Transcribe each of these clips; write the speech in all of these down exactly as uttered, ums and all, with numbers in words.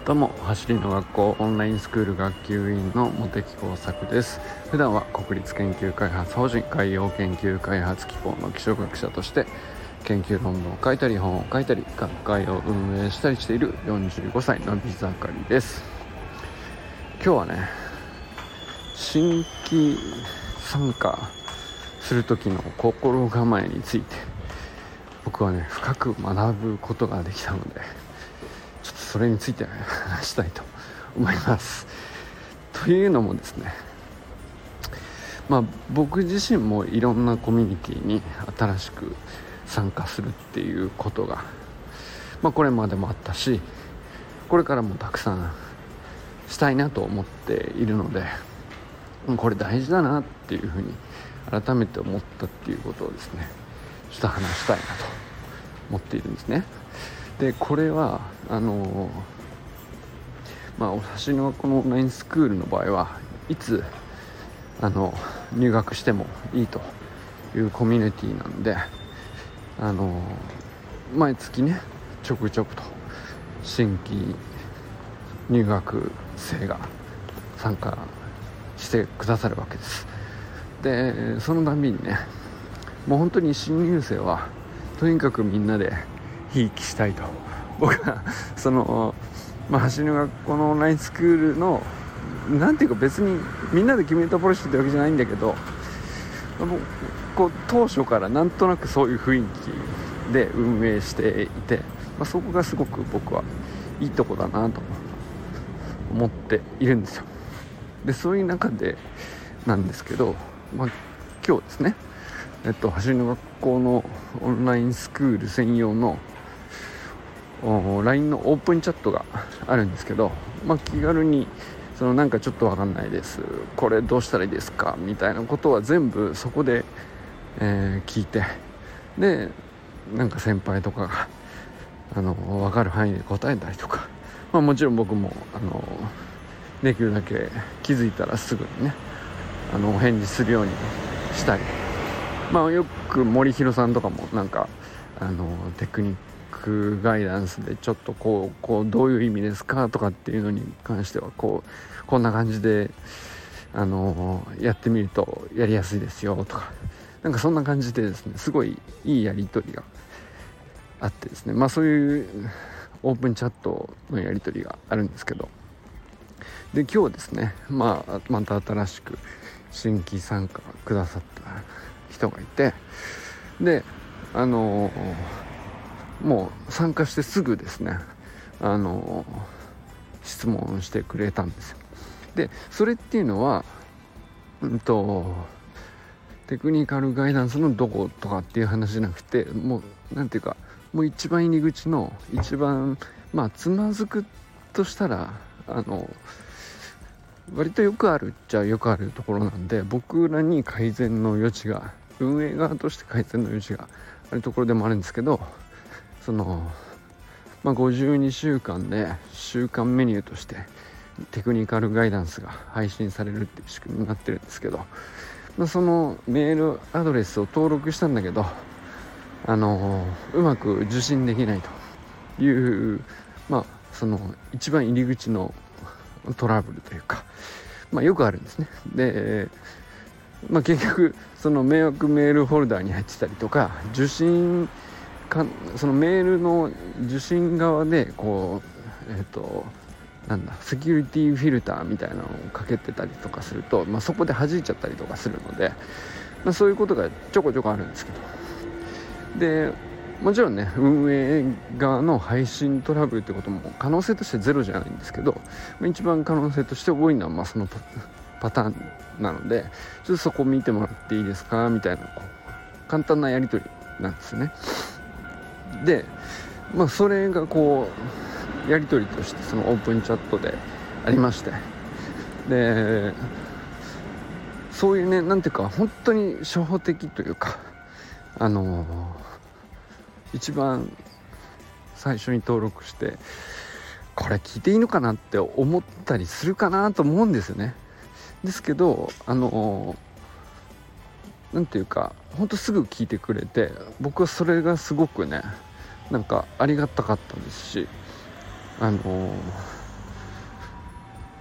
どうも、走りの学校オンラインスクール学級委員の茂木耕作です。普段は国立研究開発法人海洋研究開発機構の気象学者として研究論文を書いたり本を書いたり学会を運営したりしているよんじゅうごさいのび盛りです。今日はね、新規参加する時の心構えについて僕はね深く学ぶことができたので、ちょっとそれについて話したいと思います。というのもですね、まあ僕自身もいろんなコミュニティに新しく参加するっていうことが、まあこれまでもあったし、これからもたくさんしたいなと思っているので、これ大事だなっていうふうに改めて思ったっていうことをですね、ちょっと話したいなと思っているんですね。でこれはあのまあ私のこのオンラインスクールの場合はいつあの入学してもいいというコミュニティなんで、あの毎月ねちょくちょくと新規入学生が参加してくださるわけです。でそのたびにね、もう本当に新入生はとにかくみんなでひいきしたいと、僕はその、まあ、走りの学校のオンラインスクールのなんていうか、別にみんなで決めたポリシーってわけじゃないんだけど、こう当初からなんとなくそういう雰囲気で運営していて、まあ、そこがすごく僕はいいとこだなと思っているんですよ。でそういう中でなんですけど、まあ、今日ですね、えっと、走りの学校のオンラインスクール専用の ライン のオープンチャットがあるんですけど、まあ、気軽にそのなんかちょっとわかんないです、これどうしたらいいですかみたいなことは全部そこで、えー、聞いて、でなんか先輩とかがあの分かる範囲で答えたりとか、まあ、もちろん僕もあのできるだけ気づいたらすぐにねあのお返事するようにしたり、まあよく森弘さんとかもなんかあのテクニックガイダンスでちょっとこうこうどういう意味ですかとかっていうのに関してはこうこんな感じであのやってみるとやりやすいですよとか、なんかそんな感じでですね、すごいいいやり取りがあってですね、まあそういうオープンチャットのやり取りがあるんですけど、で今日ですね、まあまた新しく新規参加くださった人がいて、であのもう参加してすぐですね、あの質問してくれたんですよ。でそれっていうのは、うんとテクニカルガイダンスのどことかっていう話じゃなくて、もうなんていうか、もう一番入り口の一番まあつまずくとしたら、あの割とよくあるっちゃよくあるところなんで、僕らに改善の余地が、運営側として改善の余地があるところでもあるんですけど、その、まあ、ごじゅうにしゅうかんで週間メニューとしてテクニカルガイダンスが配信されるっていう仕組みになってるんですけど、まあ、そのメールアドレスを登録したんだけど、あのうまく受信できないという、まあその一番入り口のトラブルというか、まあよくあるんですね。で、まあ、結局その迷惑メールフォルダーに入ってたりとか、受信かそのメールの受信側でこうえっ、ー、となんだセキュリティフィルターみたいなのをかけてたりとかすると、まあ、そこで弾いちゃったりとかするので、まあ、そういうことがちょこちょこあるんですけど、でもちろんね運営側の配信トラブルってことも可能性としてゼロじゃないんですけど、一番可能性として多いのはまあそのパターンなので、ちょっとそこ見てもらっていいですかみたいなこう簡単なやり取りなんですよね。でまあそれがこうやり取りとしてそのオープンチャットでありまして、でそういうね、なんていうか本当に初歩的というか、あのー一番最初に登録してこれ聞いていいのかなって思ったりするかなと思うんですよね。ですけどあのなんていうか本当すぐ聞いてくれて、僕はそれがすごくねなんかありがたかったですし、あの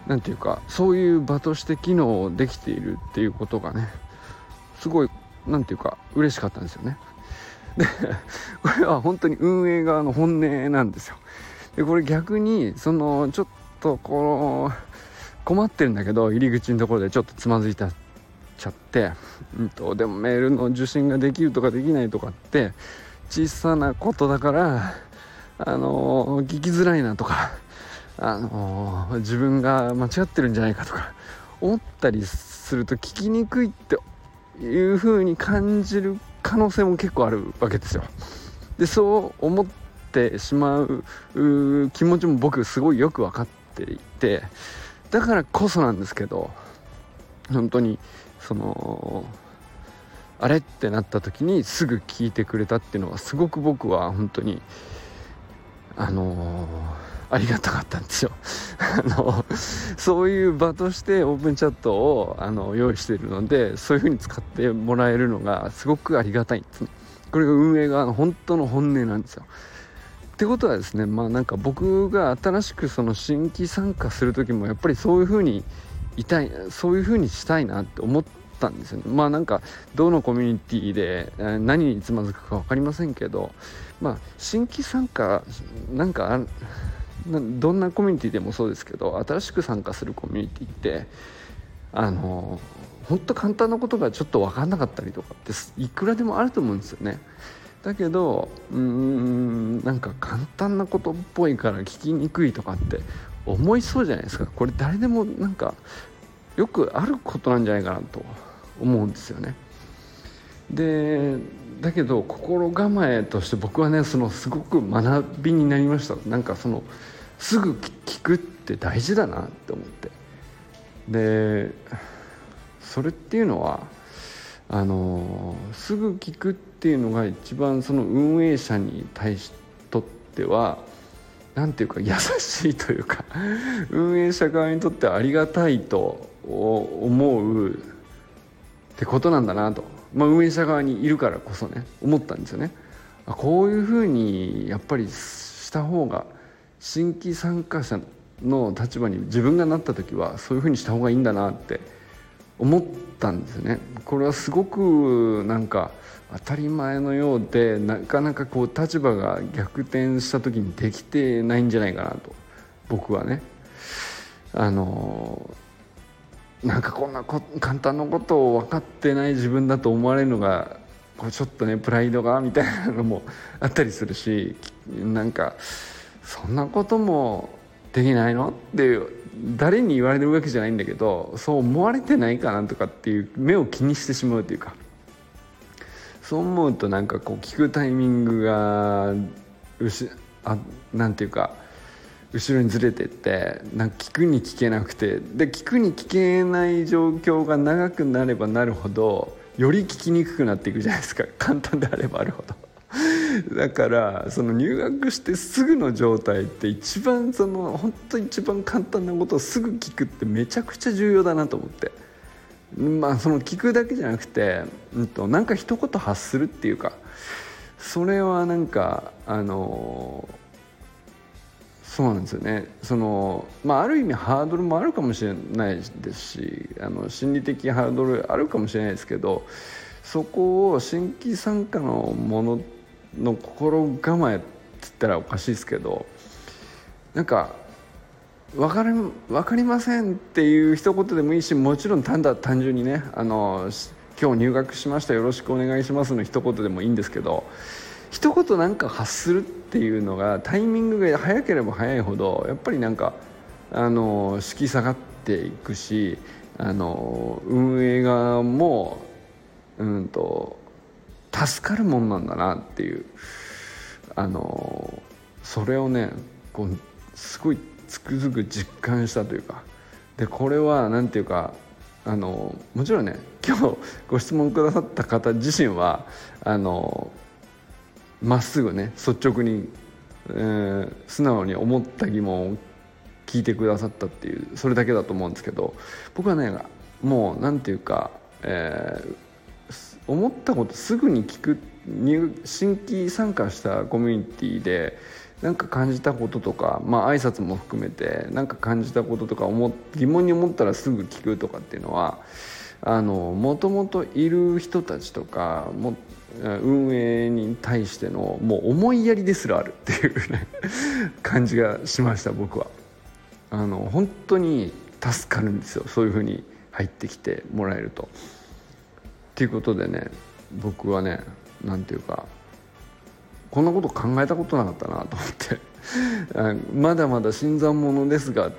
なんていうかそういう場として機能できているっていうことがねすごいなんていうか嬉しかったんですよね。でこれは本当に運営側の本音なんですよ。でこれ逆にそのちょっとこの困ってるんだけど入り口のところでちょっとつまずいたちゃって、うん、とでもメールの受信ができるとかできないとかって小さなことだからあのー、聞きづらいなとか、あのー、自分が間違ってるんじゃないかとか思ったりすると聞きにくいっていう風に感じる可能性も結構あるわけですよ。でそう思ってしまう気持ちも僕すごいよく分かっていて、だからこそなんですけど本当にそのあれってなった時にすぐ聞いてくれたっていうのはすごく僕は本当にあのー、ありがたかったんですよあのそういう場としてオープンチャットをあの用意しているので、そういう風に使ってもらえるのがすごくありがたいんですね。これが運営側の本当の本音なんですよ。ってことはですね、まあなんか僕が新しくその新規参加する時もやっぱりそういう風にいたいそういう風にしたいなって思ったんですよね。まあなんかどのコミュニティで何につまずくか分かりませんけど、まあ新規参加なんかどんなコミュニティでもそうですけど、新しく参加するコミュニティってあの本当簡単なことがちょっと分かんなかったりとかっていくらでもあると思うんですよね。だけどうーんなんか簡単なことっぽいから聞きにくいとかって思いそうじゃないですか。これ誰でもなんかよくあることなんじゃないかなと思うんですよね。でだけど心構えとして僕はねそのすごく学びになりました。なんかそのすぐ聞くって大事だなって思って、でそれっていうのはあのすぐ聞くっていうのが一番その運営者に対しとってはなんていうか優しいというか運営者側にとってはありがたいと思うってことなんだなと、まあ、運営者側にいるからこそね思ったんですよね。あこういうふうにやっぱりした方が新規参加者の立場に自分がなった時はそういうふうにした方がいいんだなって思ったんですよね。これはすごくなんか当たり前のようでなかなかこう立場が逆転した時にできてないんじゃないかなと僕はねあのなんかこんなこ簡単なことを分かってない自分だと思われるのがこうちょっとねプライドがみたいなのもあったりするし、なんかそんなこともできないのっていう誰に言われるわけじゃないんだけどそう思われてないかなとかっていう目を気にしてしまうというか、そう思うとなんかこう聞くタイミングがうしあなんていうか後ろにずれてってなんか聞くに聞けなくてで聞くに聞けない状況が長くなればなるほどより聞きにくくなっていくじゃないですか。簡単であればあるほどだからその入学してすぐの状態って一番その本当一番簡単なことをすぐ聞くってめちゃくちゃ重要だなと思って、まあその聞くだけじゃなくて、うんと、なんか一言発するっていうかそれはなんかあのそうなんですよね。その、まあ、ある意味ハードルもあるかもしれないですしあの心理的ハードルあるかもしれないですけど、そこを新規参加のものの心構えって言ったらおかしいですけどなんか分かる分かりませんっていう一言でもいいし、もちろん単だ単純にねあの今日入学しましたよろしくお願いしますの一言でもいいんですけど、一言なんか発するっていうのがタイミングが早ければ早いほどやっぱりなんかあの引き下がっていくし、あの運営側もうんと助かるもんなんだなっていうあのそれをねこうすごいつくづく実感したというか、でこれはなんていうかあのもちろんね今日ご質問くださった方自身はあのまっすぐね率直に、えー、素直に思った疑問を聞いてくださったっていうそれだけだと思うんですけど、僕はねもうなんていうか、えー、思ったことすぐに聞く新規参加したコミュニティでなんか感じたこととか、まあ挨拶も含めてなんか感じたこととか思疑問に思ったらすぐ聞くとかっていうのはあのもともといる人たちとかも運営に対してのもう思いやりですらあるっていう、ね、感じがしました。僕はあの本当に助かるんですよ、そういう風に入ってきてもらえると。っていうことでね、僕はねなんていうかこんなこと考えたことなかったなと思ってまだまだ新参者ですがって、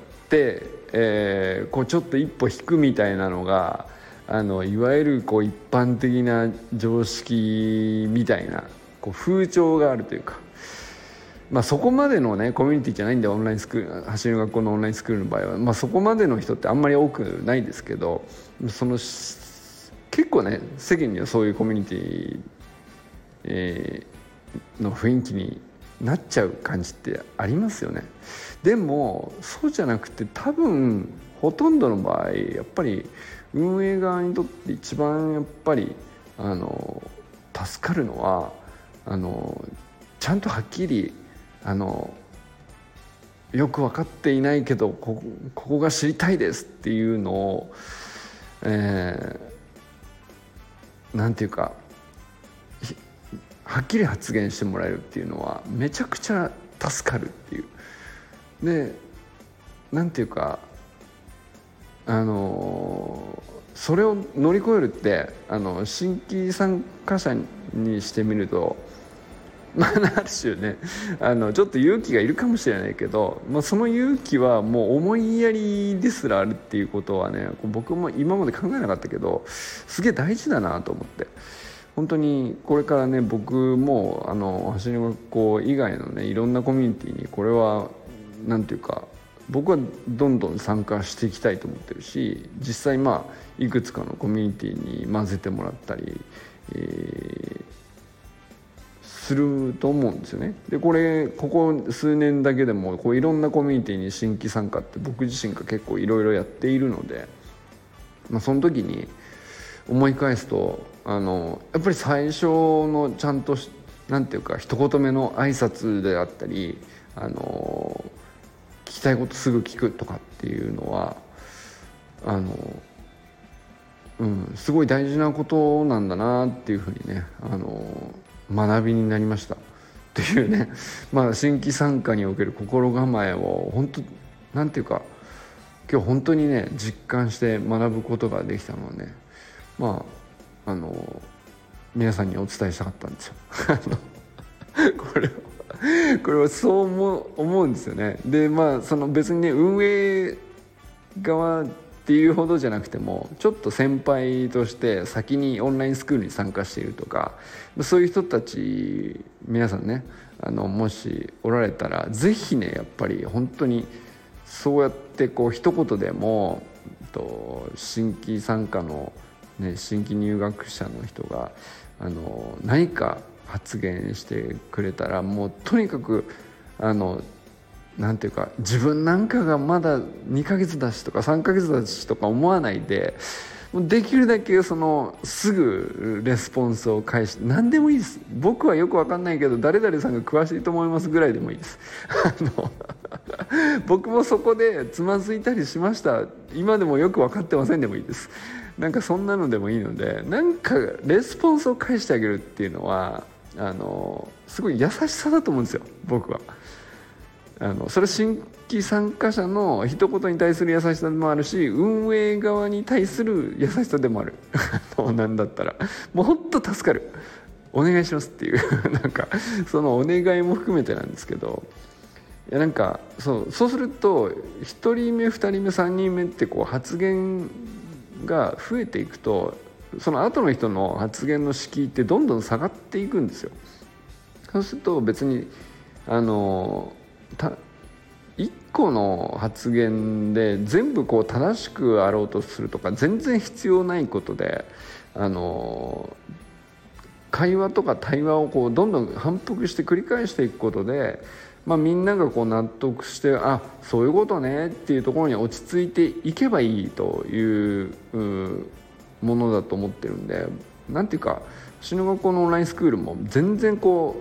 えー、こうちょっと一歩引くみたいなのがあのいわゆるこう一般的な常識みたいなこう風潮があるというか、まあ、そこまでのねコミュニティじゃないんで、オンラインスクール走る学校のオンラインスクールの場合は、まあ、そこまでの人ってあんまり多くないですけど、その結構ね世間にはそういうコミュニティ、えー、の雰囲気になっちゃう感じってありますよね。でもそうじゃなくて、多分ほとんどの場合やっぱり運営側にとって一番やっぱりあの助かるのはあのちゃんとはっきりあのよく分かっていないけど こ, ここが知りたいですっていうのを、えー、なんていうかはっきり発言してもらえるっていうのはめちゃくちゃ助かるっていう。でなんていうかあのそれを乗り越えるってあの新規参加者にしてみると、まあ、ある種ねあのちょっと勇気がいるかもしれないけど、まあ、その勇気はもう思いやりですらあるっていうことはね、僕も今まで考えなかったけどすげえ大事だなと思って、本当にこれからね僕もあの走り学校以外のねいろんなコミュニティにこれはなんていうか僕はどんどん参加していきたいと思ってるし、実際まあいくつかのコミュニティに混ぜてもらったり、えー、すると思うんですよね。でこれここ数年だけでもこういろんなコミュニティに新規参加って僕自身が結構いろいろやっているので、まあ、その時に思い返すとあのやっぱり最初のちゃんとなんていうか一言目の挨拶であったり、あの聞きたいことすぐ聞くとかっていうのはあの、うん、すごい大事なことなんだなっていうふうにねあの学びになりましたっていうねまあ新規参加における心構えを本当なんていうか今日本当にね実感して学ぶことができたのはね、まああの皆さんにお伝えしたかったんですよこれをこれはそう思う、思うんですよね。でまあその別にね運営側っていうほどじゃなくてもちょっと先輩として先にオンラインスクールに参加しているとか、そういう人たち皆さんねあのもしおられたらぜひねやっぱり本当にそうやってこう一言でもと新規参加の、ね、新規入学者の人があの何か発言してくれたらもうとにかくあのなんていうか自分なんかがまだにかげつだしとかさんかげつだしとか思わないで、できるだけそのすぐレスポンスを返して何でもいいです。僕はよく分かんないけど誰々さんが詳しいと思いますぐらいでもいいですあの僕もそこでつまずいたりしました、今でもよく分かってませんでもいいです。なんかそんなのでもいいので、なんかレスポンスを返してあげるっていうのはあのすごい優しさだと思うんですよ僕は。あのそれは新規参加者の一言に対する優しさでもあるし、運営側に対する優しさでもあるなんだったらもうほんと助かる、お願いしますっていうなんかそのお願いも含めてなんですけど、いやなんかそうそうするとひとりめふたりめさんにんめってこう発言が増えていくと、その後の人の発言の敷居ってどんどん下がっていくんですよ。そうすると別にあのいっこの発言で全部こう正しくあろうとするとか全然必要ないことで、あの会話とか対話をこうどんどん反復して繰り返していくことで、まあ、みんながこう納得して、あ、そういうことねっていうところに落ち着いていけばいいというものだと思ってるんで、なんていうか私の学校のオンラインスクールも全然こう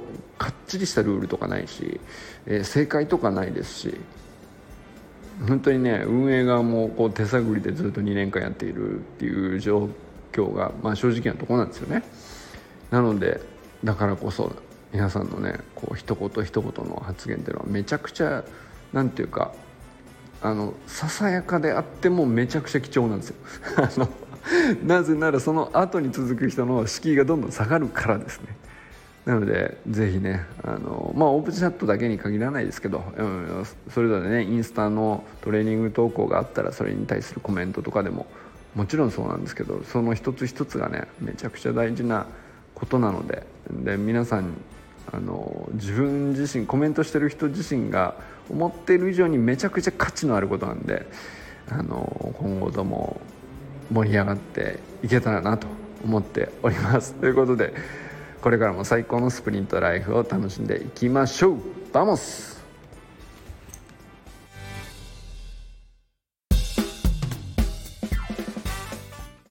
かっちりしたルールとかないし、えー、正解とかないですし、本当にね運営側もこう手探りでずっとにねんかんやっているっていう状況が、まあ、正直なところなんですよね。なのでだからこそ皆さんのねこう一言一言の発言っていうのはめちゃくちゃなんていうかあのささやかであってもめちゃくちゃ貴重なんですよあのなぜならその後に続く人の敷居がどんどん下がるからですね。なのでぜひねあの、まあ、オープンチャットだけに限らないですけど、うん、それぞれねインスタのトレーニング投稿があったらそれに対するコメントとかでももちろんそうなんですけど、その一つ一つがねめちゃくちゃ大事なことなので、で皆さんあの自分自身コメントしてる人自身が思っている以上にめちゃくちゃ価値のあることなんで、あの今後とも盛り上がっていけたらなと思っております。ということでこれからも最高のスプリントライフを楽しんでいきましょう。バモス。